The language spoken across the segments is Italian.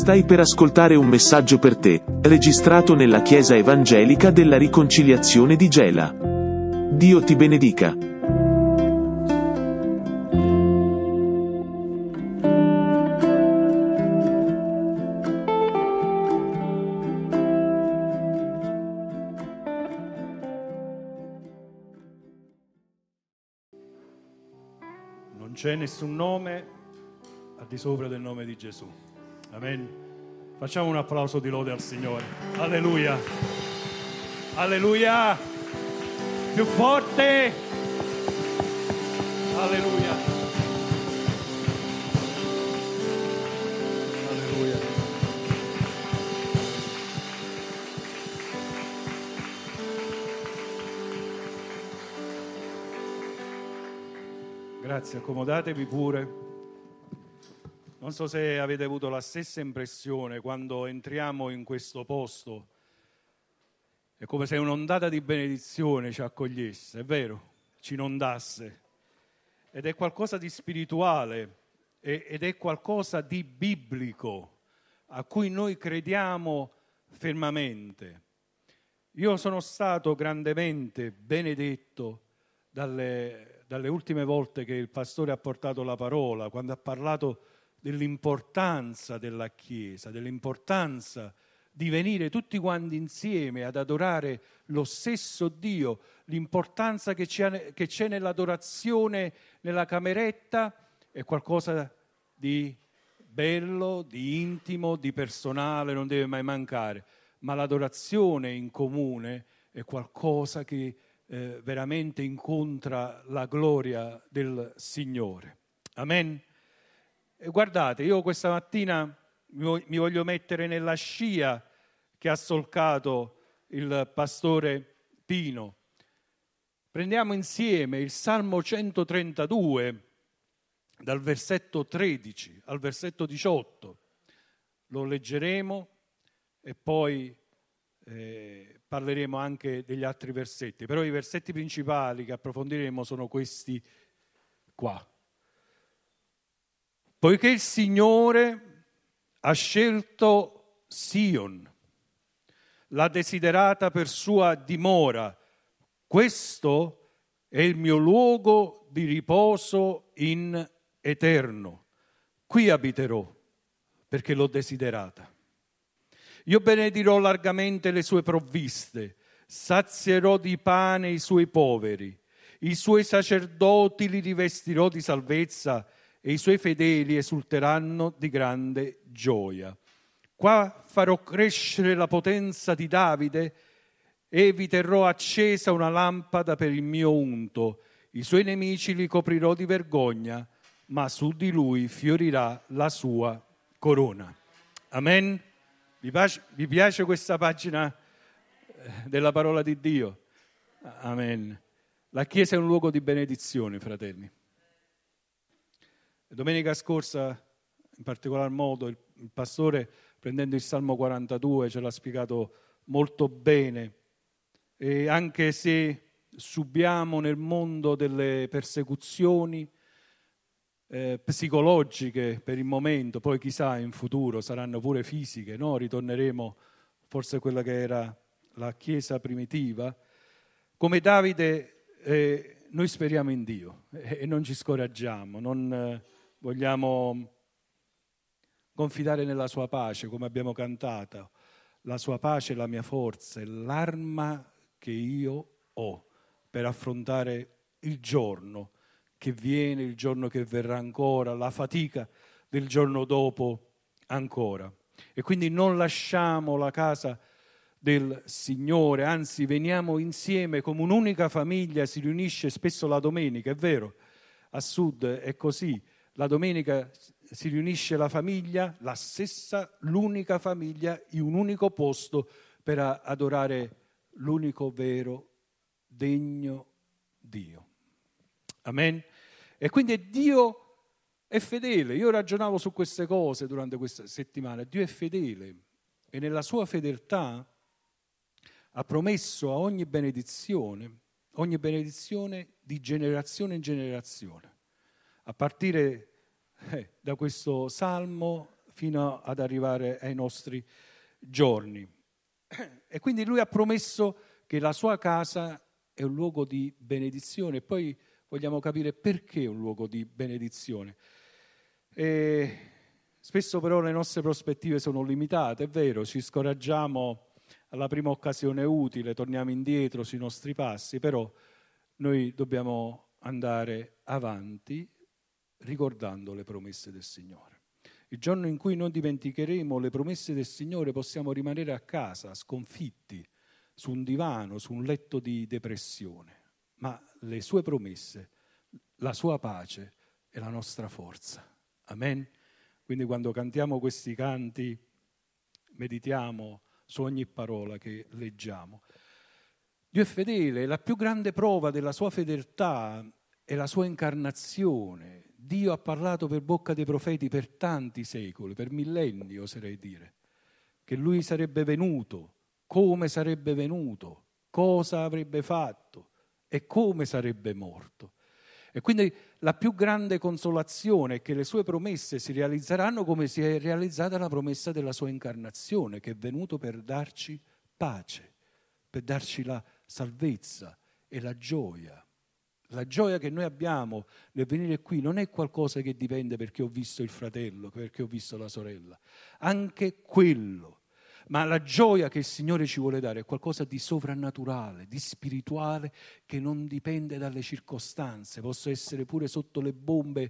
Stai per ascoltare un messaggio per te, registrato nella Chiesa Evangelica della Riconciliazione di Gela. Dio ti benedica. Non c'è nessun nome al di sopra del nome di Gesù. Amen. Facciamo un applauso di lode al Signore. Alleluia. Alleluia. Più forte. Alleluia. Alleluia. Grazie, accomodatevi pure. Non so se avete avuto la stessa impressione quando entriamo in questo posto. È come se un'ondata di benedizione ci accogliesse, è vero? Ci inondasse. Ed è qualcosa di spirituale ed è qualcosa di biblico a cui noi crediamo fermamente. Io sono stato grandemente benedetto dalle ultime volte che il pastore ha portato la parola, quando ha parlato dell'importanza della Chiesa, dell'importanza di venire tutti quanti insieme ad adorare lo stesso Dio, l'importanza che c'è nell'adorazione nella cameretta è qualcosa di bello, di intimo, di personale, non deve mai mancare, ma l'adorazione in comune è qualcosa che veramente incontra la gloria del Signore. Amen. E guardate, io questa mattina mi voglio mettere nella scia che ha solcato il pastore Pino. Prendiamo insieme il Salmo 132, dal versetto 13 al versetto 18. Lo leggeremo e poi parleremo anche degli altri versetti. Però i versetti principali che approfondiremo sono questi qua. Poiché il Signore ha scelto Sion, l'ha desiderata per sua dimora, questo è il mio luogo di riposo in eterno. Qui abiterò, perché l'ho desiderata. Io benedirò largamente le sue provviste, sazierò di pane i suoi poveri, i suoi sacerdoti li rivestirò di salvezza e i suoi fedeli esulteranno di grande gioia. Qua farò crescere la potenza di Davide e vi terrò accesa una lampada per il mio unto. I suoi nemici li coprirò di vergogna, ma su di lui fiorirà la sua corona. Amen. Vi piace questa pagina della parola di Dio? Amen. La Chiesa è un luogo di benedizione, fratelli. Domenica scorsa, in particolar modo, il pastore, prendendo il Salmo 42, ce l'ha spiegato molto bene. E anche se subiamo nel mondo delle persecuzioni psicologiche per il momento, poi chissà in futuro saranno pure fisiche, no? Ritorneremo forse a quella che era la Chiesa primitiva. Come Davide, noi speriamo in Dio e non ci scoraggiamo, non vogliamo confidare nella sua pace, come abbiamo cantato. La sua pace è la mia forza, è l'arma che io ho per affrontare il giorno che viene, il giorno che verrà ancora, la fatica del giorno dopo ancora. E quindi non lasciamo la casa del Signore, anzi veniamo insieme come un'unica famiglia, si riunisce spesso la domenica, è vero, a sud è così, la domenica si riunisce la famiglia, la stessa, l'unica famiglia, in un unico posto per adorare l'unico vero, degno Dio. Amen. E quindi Dio è fedele. Io ragionavo su queste cose durante questa settimana. Dio è fedele e nella sua fedeltà ha promesso a ogni benedizione di generazione in generazione. A partire da questo Salmo fino ad arrivare ai nostri giorni. E quindi lui ha promesso che la sua casa è un luogo di benedizione. Poi vogliamo capire perché è un luogo di benedizione. E spesso però le nostre prospettive sono limitate, è vero, ci scoraggiamo alla prima occasione utile, torniamo indietro sui nostri passi, però noi dobbiamo andare avanti ricordando le promesse del Signore. Il giorno in cui non dimenticheremo le promesse del Signore possiamo rimanere a casa, sconfitti, su un divano, su un letto di depressione, ma le sue promesse, la sua pace è la nostra forza. Amen? Quindi quando cantiamo questi canti meditiamo su ogni parola che leggiamo. Dio è fedele, la più grande prova della sua fedeltà è la sua incarnazione. Dio ha parlato per bocca dei profeti per tanti secoli, per millenni oserei dire, che Lui sarebbe venuto, come sarebbe venuto, cosa avrebbe fatto e come sarebbe morto. E quindi la più grande consolazione è che le sue promesse si realizzeranno come si è realizzata la promessa della sua incarnazione, che è venuto per darci pace, per darci la salvezza e la gioia. La gioia che noi abbiamo nel venire qui non è qualcosa che dipende perché ho visto il fratello, perché ho visto la sorella. Anche quello. Ma la gioia che il Signore ci vuole dare è qualcosa di sovrannaturale, di spirituale, che non dipende dalle circostanze. Posso essere pure sotto le bombe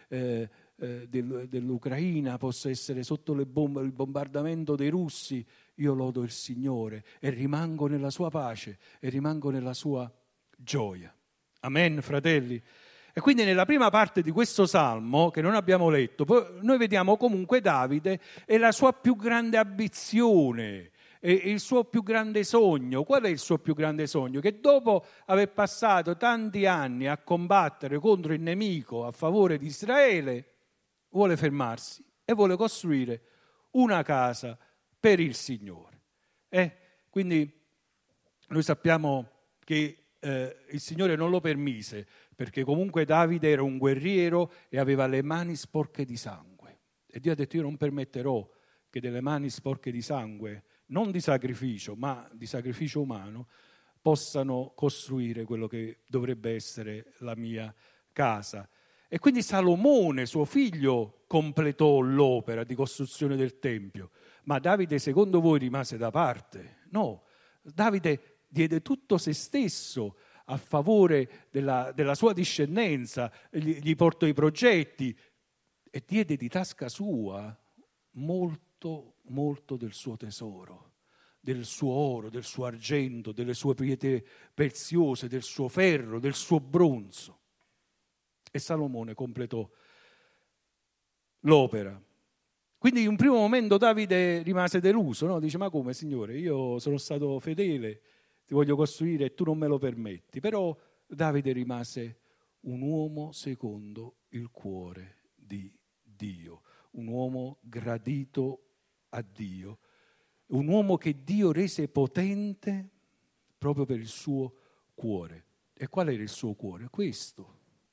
dell'Ucraina, posso essere sotto le bombe, il bombardamento dei russi. Io lodo il Signore e rimango nella sua pace e rimango nella sua gioia. Amen, fratelli. E quindi nella prima parte di questo salmo, che non abbiamo letto, noi vediamo comunque Davide e la sua più grande ambizione, e il suo più grande sogno. Qual è il suo più grande sogno? Che dopo aver passato tanti anni a combattere contro il nemico a favore di Israele, vuole fermarsi e vuole costruire una casa per il Signore. Quindi noi sappiamo che il Signore non lo permise, perché comunque Davide era un guerriero e aveva le mani sporche di sangue. E Dio ha detto: io non permetterò che delle mani sporche di sangue, non di sacrificio, ma di sacrificio umano, possano costruire quello che dovrebbe essere la mia casa. E quindi Salomone, suo figlio, completò l'opera di costruzione del Tempio. Ma Davide, secondo voi, rimase da parte? No, Davide diede tutto se stesso a favore della sua discendenza, gli portò i progetti e diede di tasca sua molto, molto del suo tesoro, del suo oro, del suo argento, delle sue pietre preziose, del suo ferro, del suo bronzo. E Salomone completò l'opera. Quindi in un primo momento Davide rimase deluso, no? Dice: ma come, Signore, io sono stato fedele, ti voglio costruire e tu non me lo permetti. Però Davide rimase un uomo secondo il cuore di Dio, un uomo gradito a Dio, un uomo che Dio rese potente proprio per il suo cuore. E qual era il suo cuore? Questo.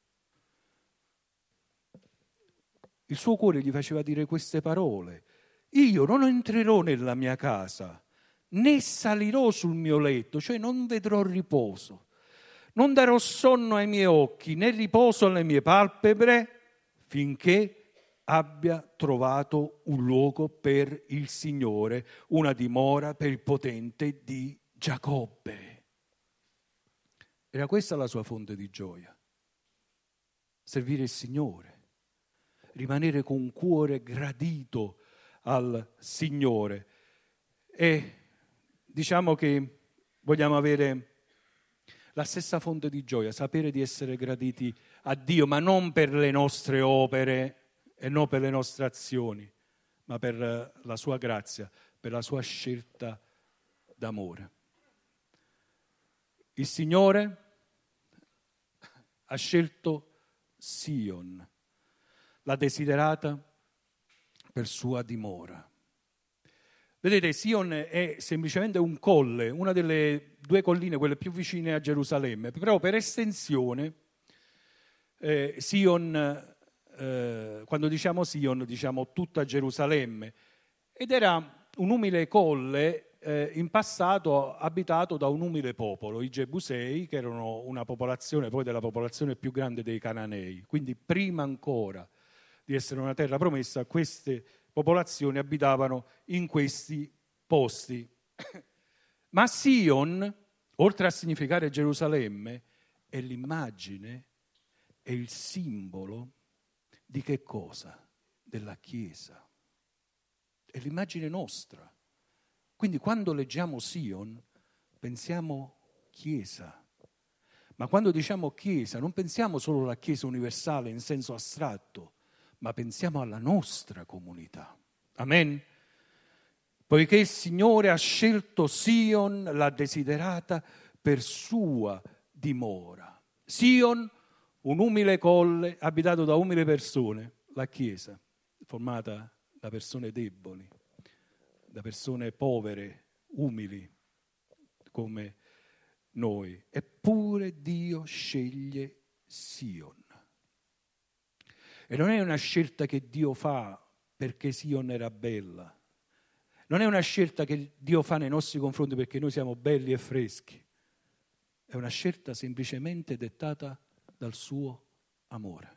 Il suo cuore gli faceva dire queste parole: io non entrerò nella mia casa, né salirò sul mio letto, cioè non vedrò riposo, non darò sonno ai miei occhi, né riposo alle mie palpebre, finché abbia trovato un luogo per il Signore, una dimora per il potente di Giacobbe. Era questa la sua fonte di gioia: servire il Signore, rimanere con un cuore gradito al Signore. E diciamo che vogliamo avere la stessa fonte di gioia, sapere di essere graditi a Dio, ma non per le nostre opere e non per le nostre azioni, ma per la sua grazia, per la sua scelta d'amore. Il Signore ha scelto Sion, l'ha desiderata per sua dimora. Vedete, Sion è semplicemente un colle, una delle due colline, quelle più vicine a Gerusalemme, però per estensione Sion quando diciamo Sion diciamo tutta Gerusalemme, ed era un umile colle in passato abitato da un umile popolo, i Gebusei, che erano una popolazione poi della popolazione più grande dei Cananei. Quindi prima ancora di essere una terra promessa, queste popolazioni abitavano in questi posti. Ma Sion, oltre a significare Gerusalemme, è l'immagine, è il simbolo di che cosa? Della Chiesa. È l'immagine nostra. Quindi quando leggiamo Sion pensiamo Chiesa. Ma quando diciamo Chiesa non pensiamo solo alla Chiesa universale in senso astratto, ma pensiamo alla nostra comunità. Amen? Poiché il Signore ha scelto Sion, l'ha desiderata per sua dimora. Sion, un umile colle abitato da umili persone, la Chiesa, formata da persone deboli, da persone povere, umili come noi. Eppure Dio sceglie Sion. E non è una scelta che Dio fa perché Sion era bella. Non è una scelta che Dio fa nei nostri confronti perché noi siamo belli e freschi. È una scelta semplicemente dettata dal suo amore,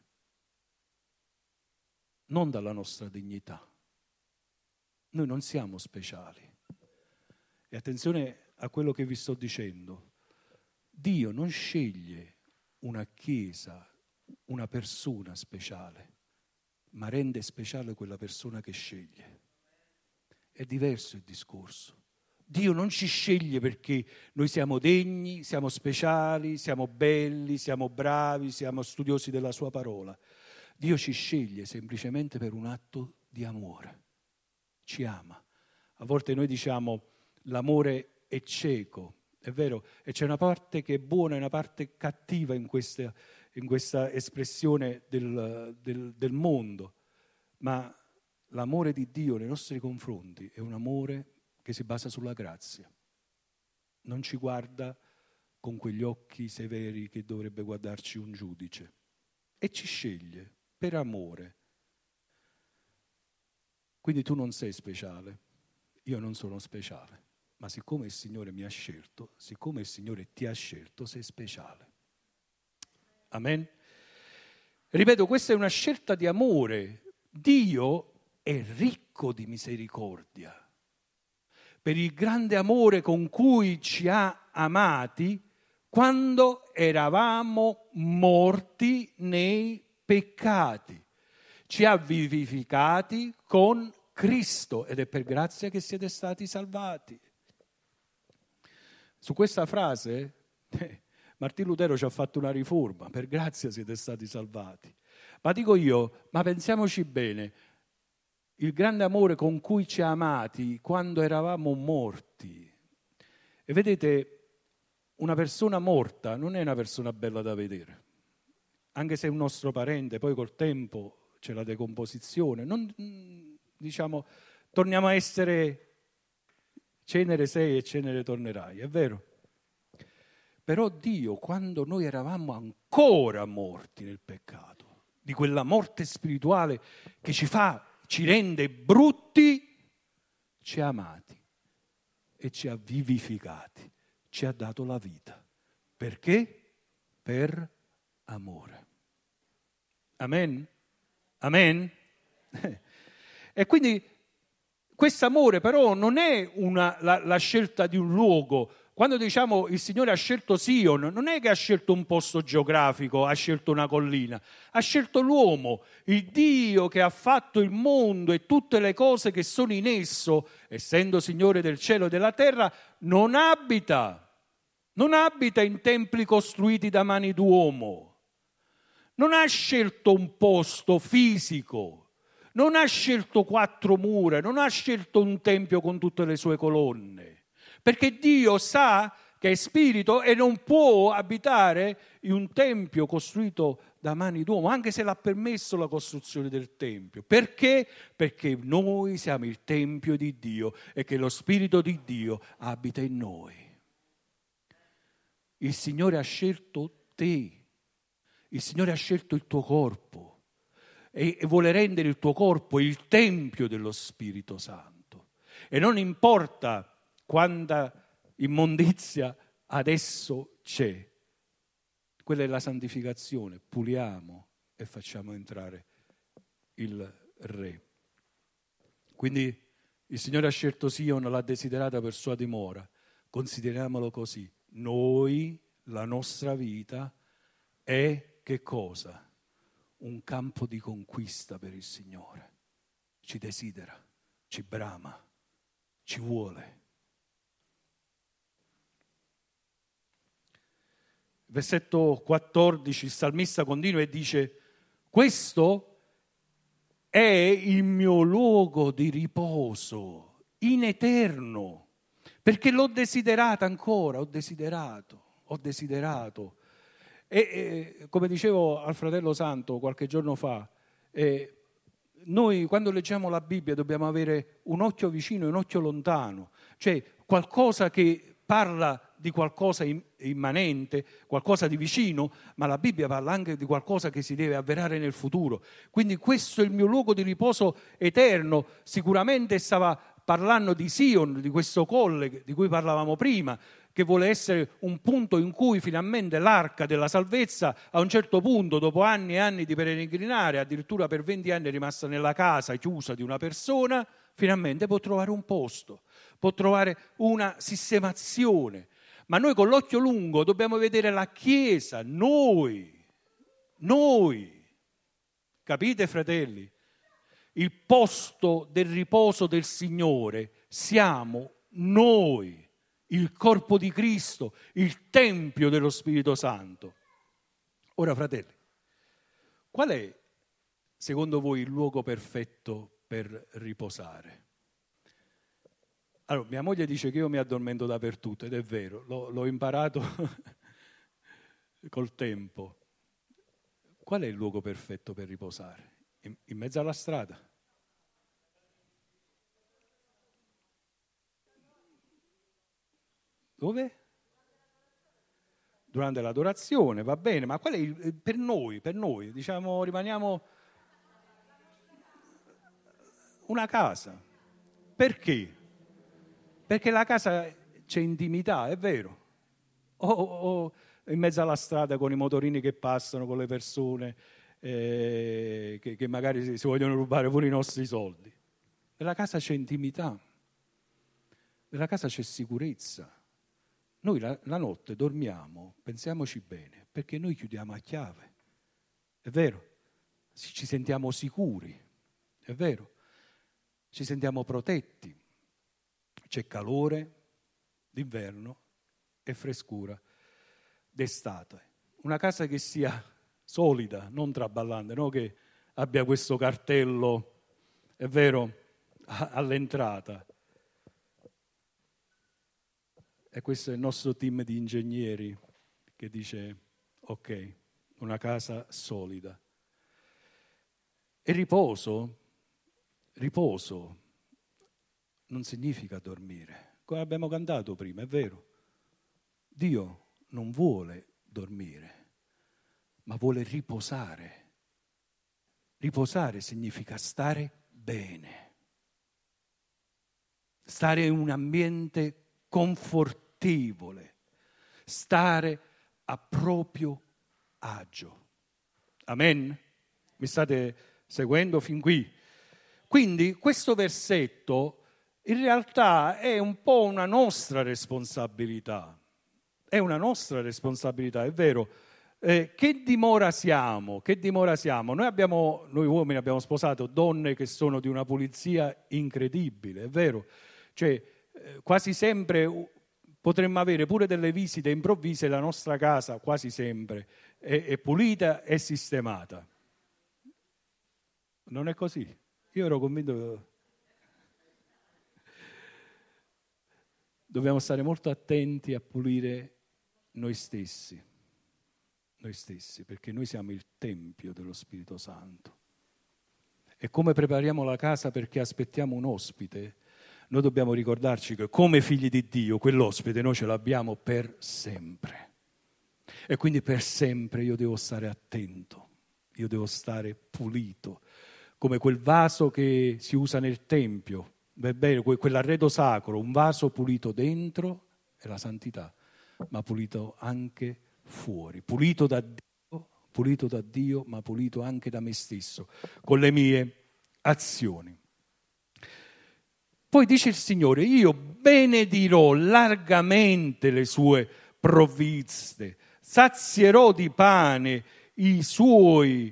non dalla nostra dignità. Noi non siamo speciali. E attenzione a quello che vi sto dicendo. Dio non sceglie una chiesa, una persona speciale, ma rende speciale quella persona che sceglie. È diverso il discorso. Dio non ci sceglie perché noi siamo degni, siamo speciali, siamo belli, siamo bravi, siamo studiosi della sua parola. Dio ci sceglie semplicemente per un atto di amore. Ci ama. A volte noi diciamo l'amore è cieco, è vero, e c'è una parte che è buona e una parte cattiva in questa espressione del mondo, ma l'amore di Dio nei nostri confronti è un amore che si basa sulla grazia. Non ci guarda con quegli occhi severi che dovrebbe guardarci un giudice e ci sceglie per amore. Quindi tu non sei speciale, io non sono speciale, ma siccome il Signore mi ha scelto, siccome il Signore ti ha scelto, sei speciale. Amen? Ripeto, questa è una scelta di amore. Dio è ricco di misericordia. Per il grande amore con cui ci ha amati quando eravamo morti nei peccati. Ci ha vivificati con Cristo ed è per grazia che siete stati salvati. Su questa frase Martino Lutero ci ha fatto una riforma, per grazia siete stati salvati. Ma dico io, ma pensiamoci bene, il grande amore con cui ci ha amati quando eravamo morti. E vedete, una persona morta non è una persona bella da vedere, anche se è un nostro parente, poi col tempo c'è la decomposizione, torniamo a essere cenere sei e cenere tornerai, è vero? Però Dio, quando noi eravamo ancora morti nel peccato, di quella morte spirituale che ci rende brutti, ci ha amati e ci ha vivificati, ci ha dato la vita. Perché? Per amore. Amen? Amen? E quindi questo amore però non è la scelta di un luogo. Quando diciamo il Signore ha scelto Sion, non è che ha scelto un posto geografico, ha scelto una collina, ha scelto l'uomo, il Dio che ha fatto il mondo e tutte le cose che sono in esso, essendo Signore del cielo e della terra, non abita in templi costruiti da mani d'uomo, non ha scelto un posto fisico, non ha scelto 4 mura, non ha scelto un tempio con tutte le sue colonne. Perché Dio sa che è spirito e non può abitare in un tempio costruito da mani d'uomo, anche se l'ha permesso la costruzione del tempio. Perché? Perché noi siamo il tempio di Dio e che lo Spirito di Dio abita in noi. Il Signore ha scelto te, il Signore ha scelto il tuo corpo e vuole rendere il tuo corpo il tempio dello Spirito Santo. E non importa quanta immondizia adesso c'è, quella è la santificazione, puliamo e facciamo entrare il Re. Quindi il Signore ha scelto Sion, l'ha desiderata per sua dimora. Consideriamolo così. Noi, la nostra vita, è che cosa? Un campo di conquista per il Signore. Ci desidera, ci brama, ci vuole. Versetto 14, il salmista continua e dice: questo è il mio luogo di riposo in eterno, perché l'ho desiderata ancora, ho desiderato. E come dicevo al fratello Santo qualche giorno fa, noi quando leggiamo la Bibbia dobbiamo avere un occhio vicino e un occhio lontano, cioè qualcosa che parla di qualcosa immanente, qualcosa di vicino, ma la Bibbia parla anche di qualcosa che si deve avverare nel futuro. Quindi questo è il mio luogo di riposo eterno. Sicuramente stava parlando di Sion, di questo colle di cui parlavamo prima, che vuole essere un punto in cui finalmente l'arca della salvezza, a un certo punto, dopo anni e anni di peregrinare, addirittura per 20 anni è rimasta nella casa chiusa di una persona, finalmente può trovare un posto, può trovare una sistemazione. Ma noi con l'occhio lungo dobbiamo vedere la Chiesa, noi. Capite, fratelli? Il posto del riposo del Signore siamo noi, il corpo di Cristo, il Tempio dello Spirito Santo. Ora, fratelli, qual è, secondo voi, il luogo perfetto per riposare? Allora, mia moglie dice che io mi addormento dappertutto, ed è vero, l'ho imparato col tempo. Qual è il luogo perfetto per riposare? In mezzo alla strada? Dove? Durante l'adorazione, va bene, ma qual è per noi, diciamo, rimaniamo una casa. Perché? Perché la casa c'è intimità, è vero. O in mezzo alla strada con i motorini che passano, con le persone che magari si vogliono rubare pure i nostri soldi. Nella casa c'è intimità, nella casa c'è sicurezza. Noi la notte dormiamo, pensiamoci bene, perché noi chiudiamo a chiave, è vero? Ci sentiamo sicuri, è vero? Ci sentiamo protetti. C'è calore d'inverno e frescura d'estate. Una casa che sia solida, non traballante, no? Che abbia questo cartello, è vero, all'entrata. E questo è il nostro team di ingegneri che dice: ok, una casa solida. E riposo non significa dormire, come abbiamo cantato prima, è vero. Dio non vuole dormire, ma vuole riposare. Riposare significa stare bene, stare in un ambiente confortevole, stare a proprio agio. Amen? Mi state seguendo fin qui? Quindi questo versetto in realtà è un po' una nostra responsabilità. È una nostra responsabilità, è vero. Che dimora siamo? Noi uomini abbiamo sposato donne che sono di una pulizia incredibile, è vero. Cioè, quasi sempre potremmo avere pure delle visite improvvise, la nostra casa quasi sempre è pulita e sistemata. Non è così? Io ero convinto. Dobbiamo stare molto attenti a pulire noi stessi, perché noi siamo il Tempio dello Spirito Santo. E come prepariamo la casa perché aspettiamo un ospite, noi dobbiamo ricordarci che come figli di Dio, quell'ospite noi ce l'abbiamo per sempre. E quindi per sempre io devo stare attento. io devo stare pulito, come quel vaso che si usa nel Tempio, quell'arredo sacro, un vaso pulito dentro è la santità, ma pulito anche fuori, pulito da Dio, ma pulito anche da me stesso, con le mie azioni. Poi dice il Signore, io benedirò largamente le sue provviste, sazierò di pane i suoi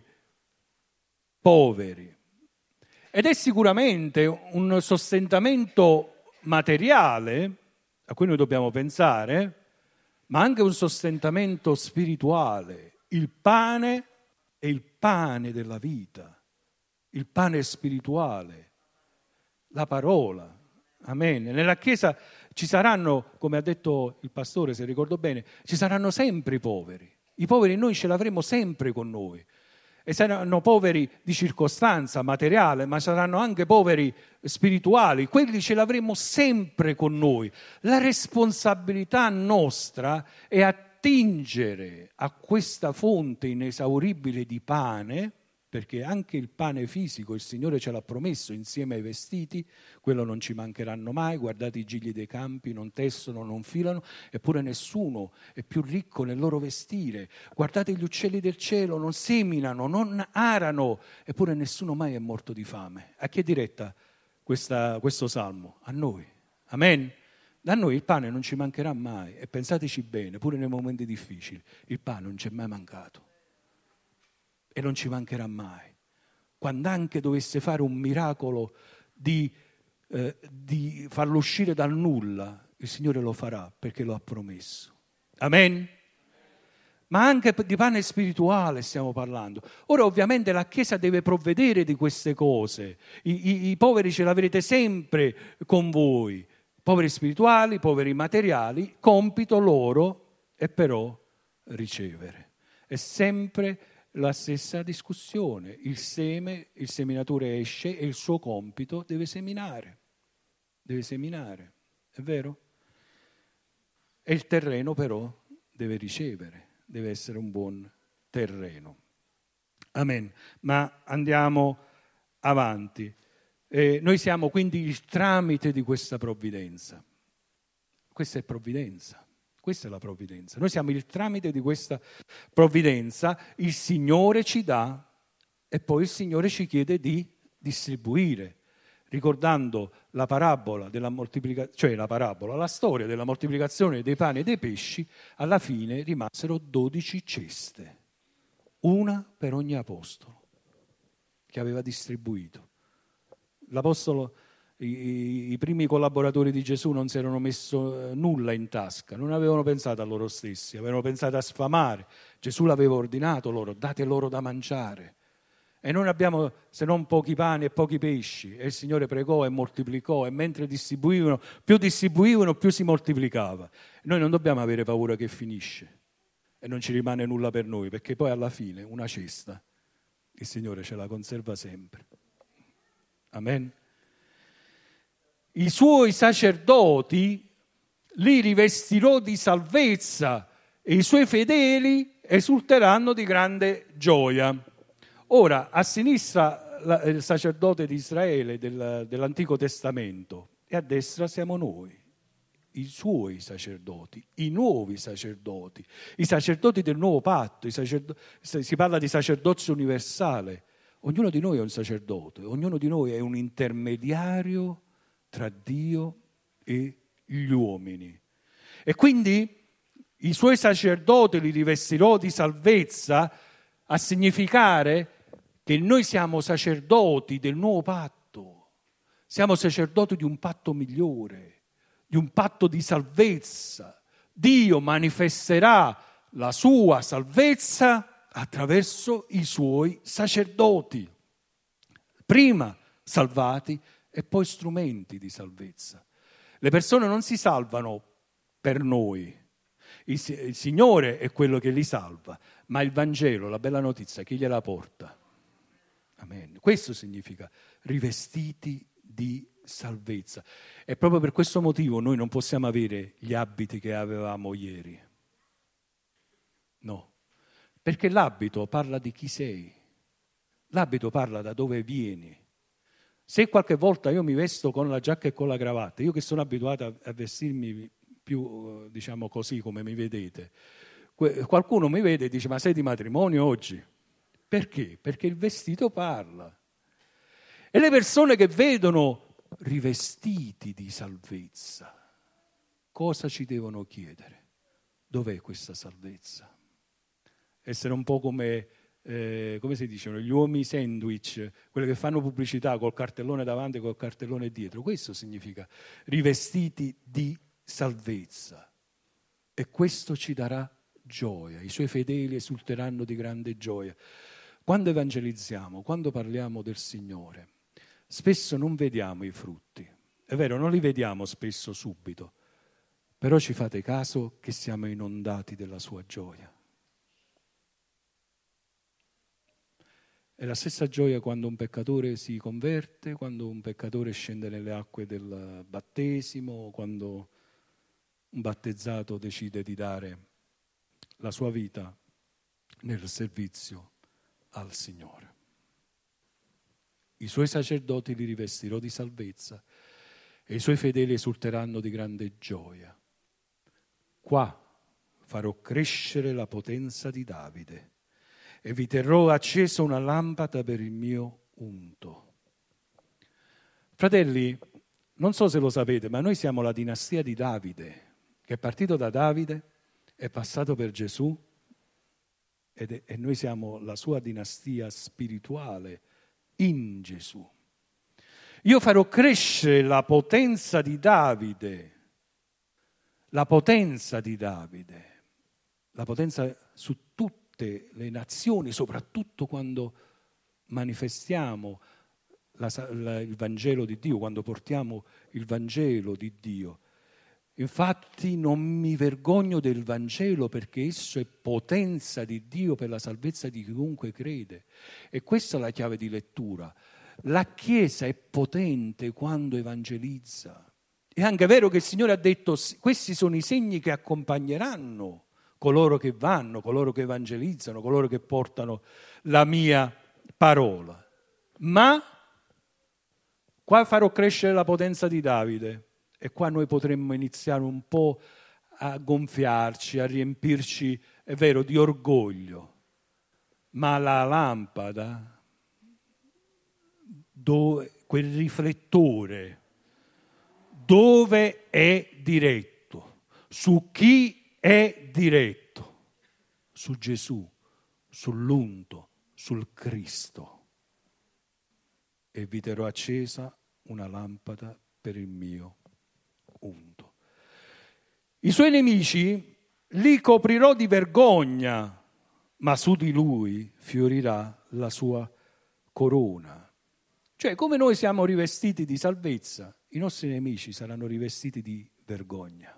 poveri. Ed è sicuramente un sostentamento materiale a cui noi dobbiamo pensare, ma anche un sostentamento spirituale. Il pane è il pane della vita, il pane spirituale, la parola. Amen. Nella Chiesa ci saranno, come ha detto il pastore, se ricordo bene, ci saranno sempre i poveri. I poveri noi ce l'avremo sempre con noi. E saranno poveri di circostanza materiale, ma saranno anche poveri spirituali. Quelli ce l'avremo sempre con noi. La responsabilità nostra è attingere a questa fonte inesauribile di pane, perché anche il pane fisico il Signore ce l'ha promesso insieme ai vestiti, quello non ci mancheranno mai. Guardate i gigli dei campi, non tessono, non filano, eppure nessuno è più ricco nel loro vestire. Guardate gli uccelli del cielo, non seminano, non arano, eppure nessuno mai è morto di fame. A chi è diretta questo salmo? A noi. Amen? Da noi il pane non ci mancherà mai, e pensateci bene, pure nei momenti difficili, il pane non ci è mai mancato. E non ci mancherà mai. Quando anche dovesse fare un miracolo di farlo uscire dal nulla, il Signore lo farà perché lo ha promesso. Amen? Ma anche di pane spirituale stiamo parlando. Ora ovviamente la Chiesa deve provvedere di queste cose. I poveri ce l'avrete sempre con voi. Poveri spirituali, poveri materiali, compito loro è però ricevere. È sempre la stessa discussione. Il seminatore esce e il suo compito deve seminare. Deve seminare, è vero? E il terreno però deve ricevere, deve essere un buon terreno. Amen. Ma andiamo avanti. Noi siamo quindi il tramite di questa provvidenza. Questa è provvidenza. Questa è la provvidenza. Noi siamo il tramite di questa provvidenza, il Signore ci dà e poi il Signore ci chiede di distribuire. Ricordando la parabola della moltiplicazione, la storia della moltiplicazione dei pani e dei pesci, alla fine rimasero 12 ceste, una per ogni apostolo che aveva distribuito. L'apostolo, i primi collaboratori di Gesù non si erano messo nulla in tasca, non avevano pensato a loro stessi, avevano pensato a sfamare. Gesù l'aveva ordinato loro, date loro da mangiare. E noi abbiamo se non pochi pani e pochi pesci, e il Signore pregò e moltiplicò, e mentre distribuivano, più si moltiplicava. Noi non dobbiamo avere paura che finisce e non ci rimane nulla per noi, perché poi alla fine una cesta il Signore ce la conserva sempre. Amen. I suoi sacerdoti li rivestirò di salvezza e i suoi fedeli esulteranno di grande gioia. Ora, a sinistra il sacerdote di Israele dell'Antico Testamento e a destra siamo noi, i suoi sacerdoti, i nuovi sacerdoti, i sacerdoti del nuovo patto. Si parla di sacerdozio universale. Ognuno di noi è un sacerdote, ognuno di noi è un intermediario tra Dio e gli uomini. E quindi i suoi sacerdoti li rivestirò di salvezza, a significare che noi siamo sacerdoti del nuovo patto, siamo sacerdoti di un patto migliore, di un patto di salvezza. Dio manifesterà la sua salvezza attraverso i suoi sacerdoti, prima salvati e poi strumenti di salvezza. Le persone non si salvano per noi, il Signore è quello che li salva, ma il Vangelo, la bella notizia, chi gliela porta? Amen. Questo significa rivestiti di salvezza. E proprio per questo motivo noi non possiamo avere gli abiti che avevamo ieri. No, perché l'abito parla di chi sei. L'abito parla da dove vieni. Se qualche volta io mi vesto con la giacca e con la cravatta, io che sono abituato a vestirmi più, diciamo così, come mi vedete, qualcuno mi vede e dice: ma sei di matrimonio oggi? Perché? Perché il vestito parla. E le persone che vedono rivestiti di salvezza, cosa ci devono chiedere? Dov'è questa salvezza? Essere un po' come si dicono, gli uomini sandwich, quelli che fanno pubblicità col cartellone davanti e col cartellone dietro. Questo significa rivestiti di salvezza. E questo ci darà gioia. I suoi fedeli esulteranno di grande gioia. Quando evangelizziamo, quando parliamo del Signore, spesso non vediamo i frutti. È vero, non li vediamo spesso subito, però ci fate caso che siamo inondati della sua gioia. È la stessa gioia quando un peccatore si converte, quando un peccatore scende nelle acque del battesimo, quando un battezzato decide di dare la sua vita nel servizio al Signore. I suoi sacerdoti li rivestirò di salvezza e i suoi fedeli esulteranno di grande gioia. Qua farò crescere la potenza di Davide e vi terrò accesa una lampada per il mio unto. Fratelli, non so se lo sapete, ma noi siamo la dinastia di Davide, che è partito da Davide, è passato per Gesù e noi siamo la sua dinastia spirituale in Gesù. Io farò crescere la potenza di Davide, la potenza su tutte le nazioni, soprattutto quando manifestiamo il Vangelo di Dio, quando portiamo il Vangelo di Dio. Infatti non mi vergogno del Vangelo, perché esso è potenza di Dio per la salvezza di chiunque crede. E questa è la chiave di lettura. La Chiesa è potente quando evangelizza. È anche vero che il Signore ha detto: questi sono i segni che accompagneranno coloro che vanno, coloro che evangelizzano, coloro che portano la mia parola. Ma qua farò crescere la potenza di Davide e qua noi potremmo iniziare un po' a gonfiarci, a riempirci, è vero, di orgoglio. Ma la lampada, quel riflettore, dove è diretto? Su chi è diretto? Su Gesù, sull'unto, sul Cristo. E vi terrò accesa una lampada per il mio unto. I suoi nemici li coprirò di vergogna, ma su di lui fiorirà la sua corona. Cioè, come noi siamo rivestiti di salvezza, i nostri nemici saranno rivestiti di vergogna,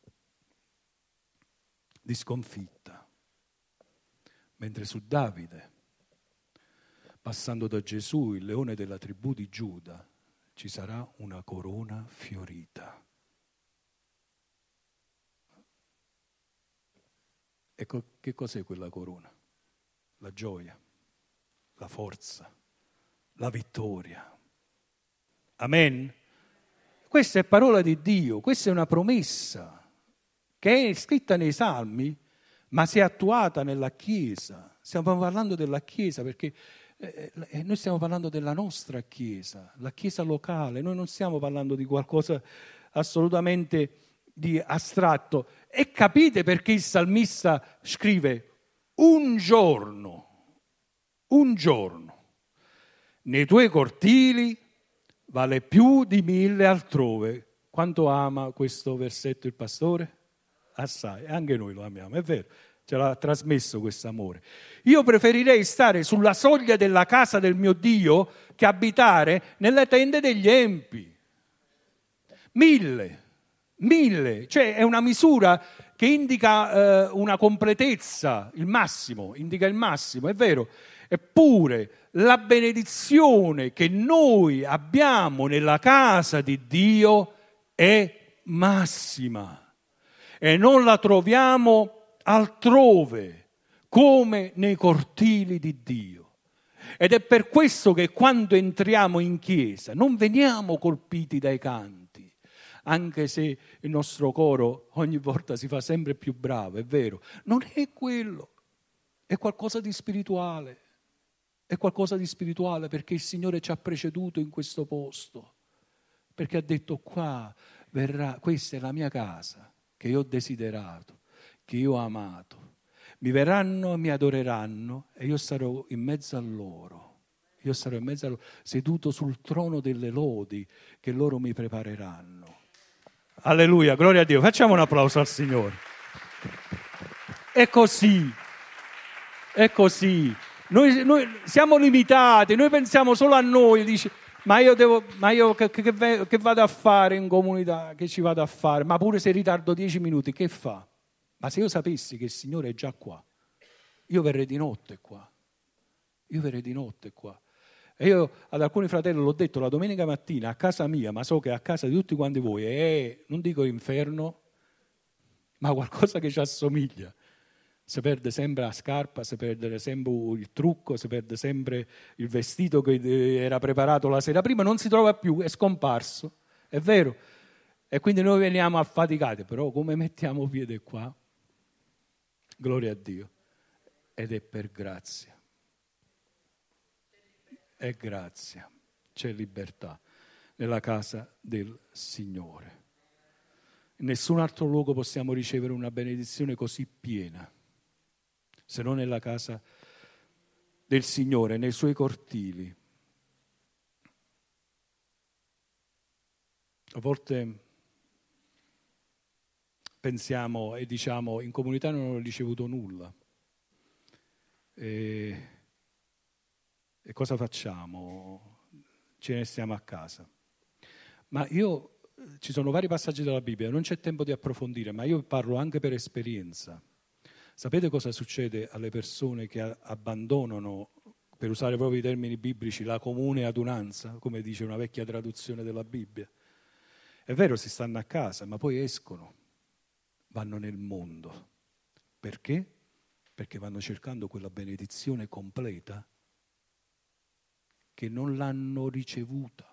di sconfitta. Mentre su Davide, passando da Gesù, il leone della tribù di Giuda, ci sarà una corona fiorita. Ecco, che cos'è quella corona? La gioia, la forza, la vittoria. Amen? Questa è parola di Dio, questa è una promessa che è scritta nei Salmi, ma si è attuata nella Chiesa. Stiamo parlando della Chiesa perché noi stiamo parlando della nostra Chiesa, la Chiesa locale. Noi non stiamo parlando di qualcosa assolutamente di astratto. E capite perché il salmista scrive: un giorno, nei tuoi cortili vale più di 1000 altrove. Quanto ama questo versetto il pastore? Assai, anche noi lo amiamo, è vero, ce l'ha trasmesso questo amore. Io preferirei stare sulla soglia della casa del mio Dio che abitare nelle tende degli empi. 1000, cioè è una misura che indica una completezza, il massimo, indica il massimo, è vero. Eppure la benedizione che noi abbiamo nella casa di Dio è massima e non la troviamo altrove come nei cortili di Dio. Ed è per questo che quando entriamo in chiesa non veniamo colpiti dai canti, anche se il nostro coro ogni volta si fa sempre più bravo, è vero. Non è quello, è qualcosa di spirituale. È qualcosa di spirituale, perché il Signore ci ha preceduto in questo posto, perché ha detto: qua verrà, questa è la mia casa che io ho desiderato, che io ho amato. Mi verranno e mi adoreranno e io sarò in mezzo a loro. Io sarò in mezzo a loro, seduto sul trono delle lodi che loro mi prepareranno. Alleluia, gloria a Dio. Facciamo un applauso al Signore. È così, è così. Noi siamo limitati, noi pensiamo solo a noi, dice, ma io che vado a fare in comunità, che ci vado a fare? Ma pure se ritardo 10 minuti, che fa? Ma se io sapessi che il Signore è già qua, io verrei di notte qua. Io verrei di notte qua. E io ad alcuni fratelli l'ho detto la domenica mattina a casa mia, ma so che a casa di tutti quanti voi è, non dico inferno, ma qualcosa che ci assomiglia. Si perde sempre la scarpa, si perde sempre il trucco, si perde sempre il vestito che era preparato la sera prima, non si trova più, è scomparso, è vero. E quindi noi veniamo affaticati, però come mettiamo piede qua? Gloria a Dio. Ed è per grazia. È grazia, c'è libertà nella casa del Signore. In nessun altro luogo possiamo ricevere una benedizione così piena, se non nella casa del Signore, nei suoi cortili. A volte pensiamo e diciamo: in comunità non ho ricevuto nulla. E cosa facciamo? Ce ne stiamo a casa. Ma ci sono vari passaggi della Bibbia, non c'è tempo di approfondire, ma io parlo anche per esperienza. Sapete cosa succede alle persone che abbandonano, per usare proprio i termini biblici, la comune adunanza, come dice una vecchia traduzione della Bibbia? È vero, si stanno a casa, ma poi escono, vanno nel mondo. Perché? Perché vanno cercando quella benedizione completa che non l'hanno ricevuta.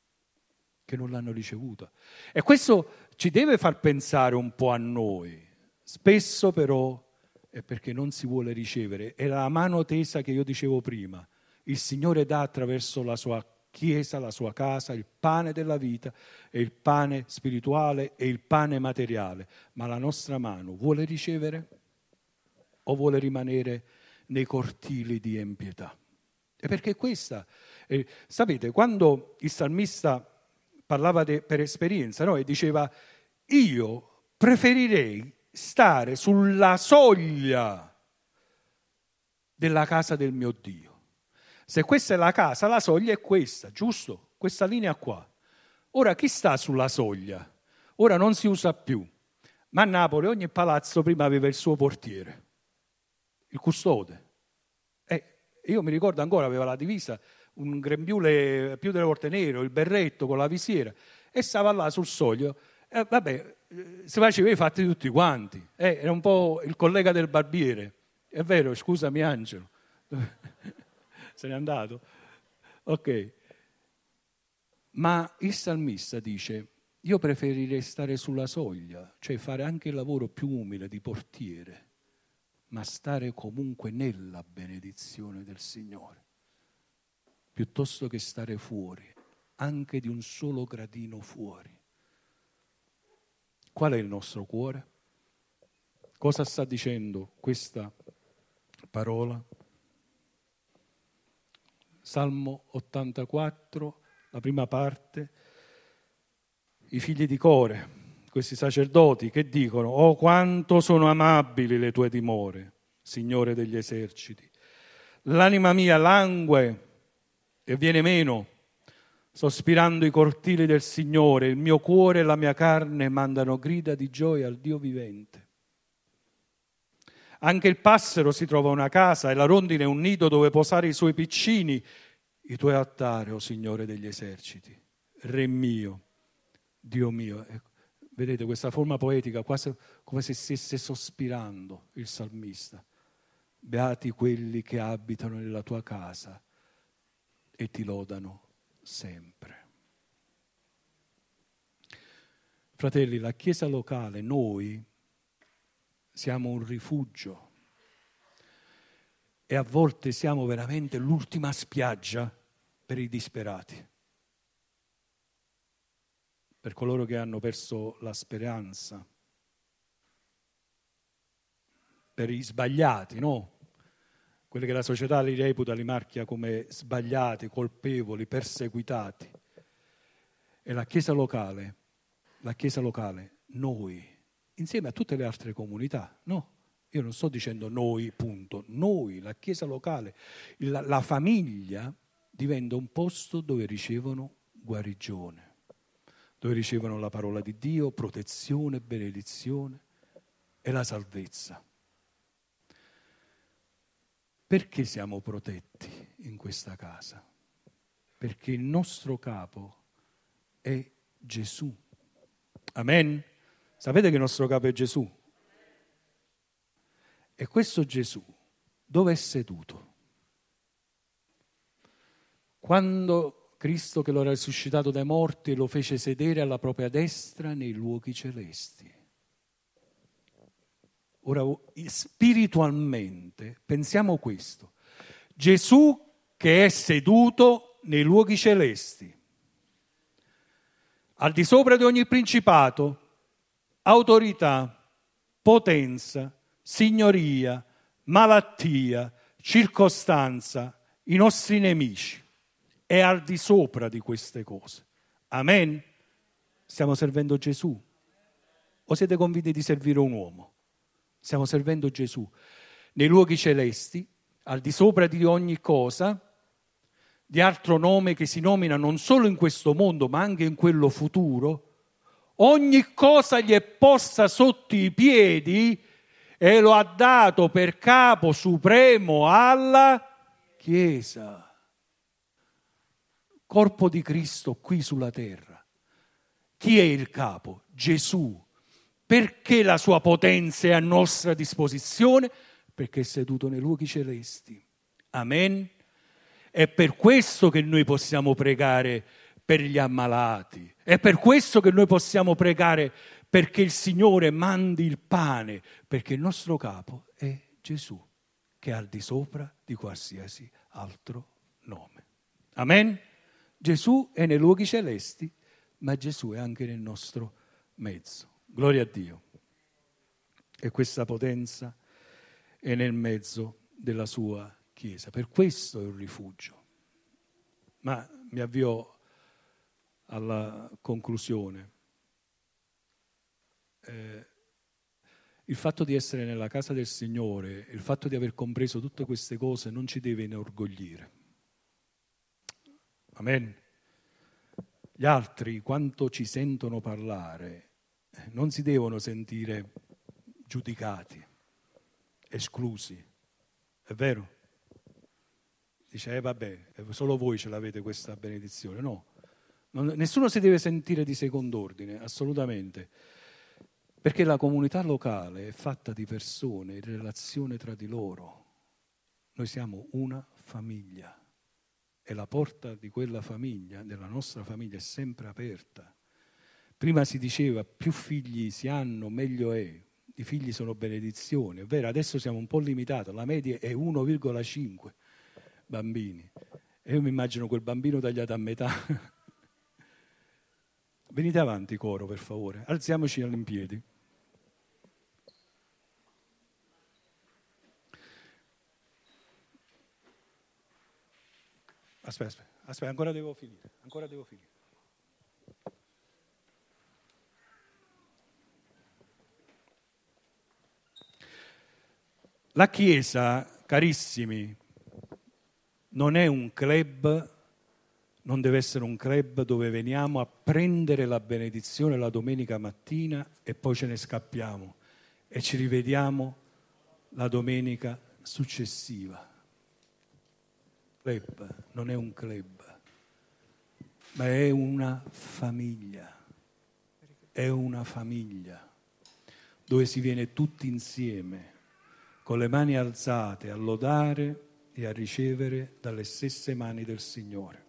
E questo ci deve far pensare un po' a noi. Spesso però è perché non si vuole ricevere. È la mano tesa che io dicevo prima. Il Signore dà attraverso la sua Chiesa, la sua casa, il pane della vita e il pane spirituale e il pane materiale. Ma la nostra mano vuole ricevere o vuole rimanere nei cortili di empietà? E perché questa, sapete, quando il salmista parlava per esperienza, no? E diceva: io preferirei stare sulla soglia della casa del mio Dio. Se questa è la casa, la soglia è questa, giusto? Questa linea qua. Ora, chi sta sulla soglia? Ora non si usa più, ma a Napoli ogni palazzo prima aveva il suo portiere, il custode. Io mi ricordo ancora, aveva la divisa, un grembiule più delle volte nero, il berretto con la visiera, e stava là sul soglio. Si faceva i fatti tutti quanti. Era un po' il collega del barbiere. È vero, scusami Angelo. Se n'è andato? Ok. Ma il salmista dice: io preferirei stare sulla soglia, cioè fare anche il lavoro più umile di portiere, ma stare comunque nella benedizione del Signore, piuttosto che stare fuori, anche di un solo gradino fuori. Qual è il nostro cuore? Cosa sta dicendo questa parola? Salmo 84, la prima parte, i figli di Core, questi sacerdoti che dicono: oh, quanto sono amabili le tue dimore, Signore degli eserciti. L'anima mia langue e viene meno, sospirando i cortili del Signore. Il mio cuore e la mia carne mandano grida di gioia al Dio vivente. Anche il passero si trova una casa e la rondine un nido dove posare i suoi piccini. I tuoi altari, o Signore degli eserciti, Re mio, Dio mio. Vedete questa forma poetica, quasi come se stesse sospirando il salmista. Beati quelli che abitano nella tua casa, e ti lodano sempre. Fratelli, la Chiesa locale, noi siamo un rifugio e a volte siamo veramente l'ultima spiaggia per i disperati, per coloro che hanno perso la speranza, per i sbagliati, no? Quelli che la società li reputa, li marchia come sbagliati, colpevoli, perseguitati. E la Chiesa locale, noi, insieme a tutte le altre comunità, no? Io non sto dicendo noi, punto. Noi, la Chiesa locale, la famiglia diventa un posto dove ricevono guarigione, dove ricevono la parola di Dio, protezione, benedizione e la salvezza. Perché siamo protetti in questa casa? Perché il nostro capo è Gesù. Amen? Sapete che il nostro capo è Gesù? E questo Gesù dove è seduto? Quando Cristo, che lo ha risuscitato dai morti, lo fece sedere alla propria destra nei luoghi celesti. Ora, spiritualmente, pensiamo questo. Gesù che è seduto nei luoghi celesti, al di sopra di ogni principato, autorità, potenza, signoria, malattia, circostanza, i nostri nemici, è al di sopra di queste cose. Amen? Stiamo servendo Gesù? O siete convinti di servire un uomo? Stiamo servendo Gesù nei luoghi celesti, al di sopra di ogni cosa, di altro nome che si nomina non solo in questo mondo ma anche in quello futuro. Ogni cosa gli è posta sotto i piedi e lo ha dato per capo supremo alla Chiesa. Corpo di Cristo qui sulla terra. Chi è il capo? Gesù. Perché la sua potenza è a nostra disposizione? Perché è seduto nei luoghi celesti. Amen. È per questo che noi possiamo pregare per gli ammalati. È per questo che noi possiamo pregare perché il Signore mandi il pane. Perché il nostro capo è Gesù, che è al di sopra di qualsiasi altro nome. Amen. Gesù è nei luoghi celesti, ma Gesù è anche nel nostro mezzo. Gloria a Dio. E questa potenza è nel mezzo della sua Chiesa. Per questo è un rifugio. Ma mi avvio alla conclusione. Il fatto di essere nella casa del Signore, il fatto di aver compreso tutte queste cose non ci deve inorgoglire. Amen. Gli altri, quanto ci sentono parlare, non si devono sentire giudicati, esclusi. È vero? Dice, vabbè, solo voi ce l'avete questa benedizione. No, nessuno si deve sentire di second'ordine, assolutamente. Perché la comunità locale è fatta di persone in relazione tra di loro. Noi siamo una famiglia e la porta di quella famiglia, della nostra famiglia, è sempre aperta. Prima si diceva più figli si hanno, meglio è. I figli sono benedizioni, è vero, adesso siamo un po' limitati, la media è 1,5 bambini. E io mi immagino quel bambino tagliato a metà. Venite avanti, coro, per favore, alziamoci in piedi. Aspetta, ancora devo finire. La Chiesa, carissimi, non è un club, non deve essere un club dove veniamo a prendere la benedizione la domenica mattina e poi ce ne scappiamo e ci rivediamo la domenica successiva. Club non è un club, ma è una famiglia. È una famiglia dove si viene tutti insieme con le mani alzate a lodare e a ricevere dalle stesse mani del Signore.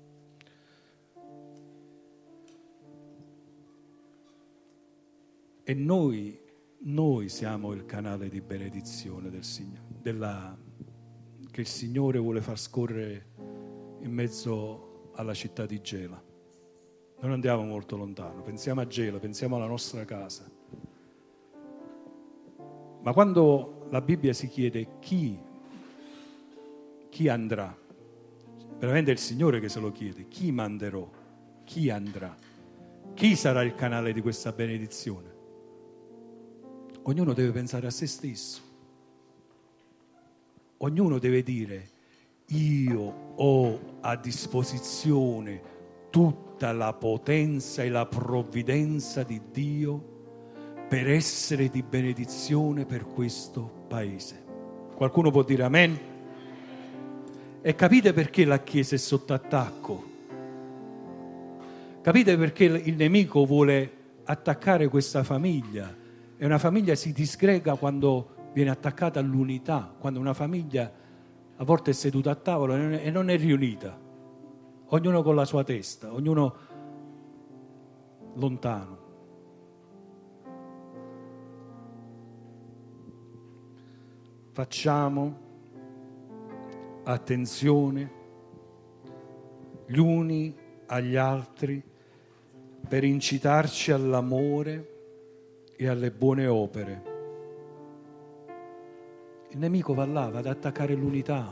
E noi siamo il canale di benedizione del Signore, che il Signore vuole far scorrere in mezzo alla città di Gela. Non andiamo molto lontano, pensiamo a Gela, pensiamo alla nostra casa. Ma quando la Bibbia si chiede chi andrà, veramente è il Signore che se lo chiede, chi manderò, chi andrà, chi sarà il canale di questa benedizione? Ognuno deve pensare a se stesso. Ognuno deve dire: io ho a disposizione tutta la potenza e la provvidenza di Dio per essere di benedizione per questo paese. Qualcuno può dire amen? E capite perché la Chiesa è sotto attacco? Capite perché il nemico vuole attaccare questa famiglia? E una famiglia si disgrega quando viene attaccata all'unità, quando una famiglia a volte è seduta a tavola e non è riunita, ognuno con la sua testa, ognuno lontano. Facciamo attenzione gli uni agli altri per incitarci all'amore e alle buone opere. Il nemico va là, va ad attaccare l'unità.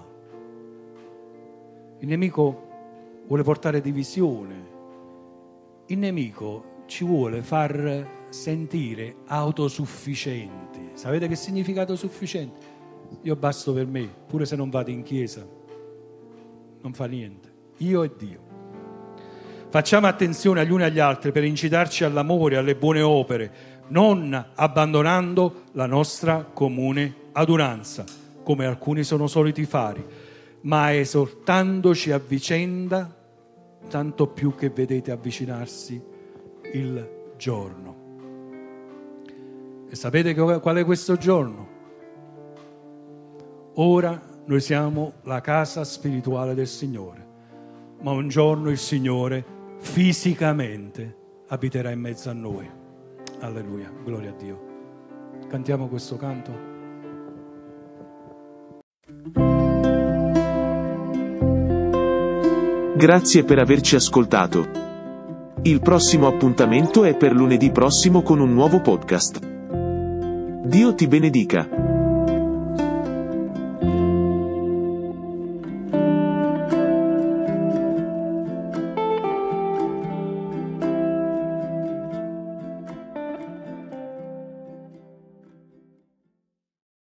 Il nemico vuole portare divisione. Il nemico ci vuole far sentire autosufficienti. Sapete che significa autosufficiente? Io basto per me, pure se non vado in chiesa, non fa niente. Io e Dio. Facciamo attenzione agli uni agli altri per incitarci all'amore e alle buone opere, non abbandonando la nostra comune adunanza, come alcuni sono soliti fare, ma esortandoci a vicenda, tanto più che vedete avvicinarsi il giorno. E sapete qual è questo giorno? Ora noi siamo la casa spirituale del Signore, ma un giorno il Signore fisicamente abiterà in mezzo a noi. Alleluia, gloria a Dio. Cantiamo questo canto. Grazie per averci ascoltato. Il prossimo appuntamento è per lunedì prossimo con un nuovo podcast. Dio ti benedica.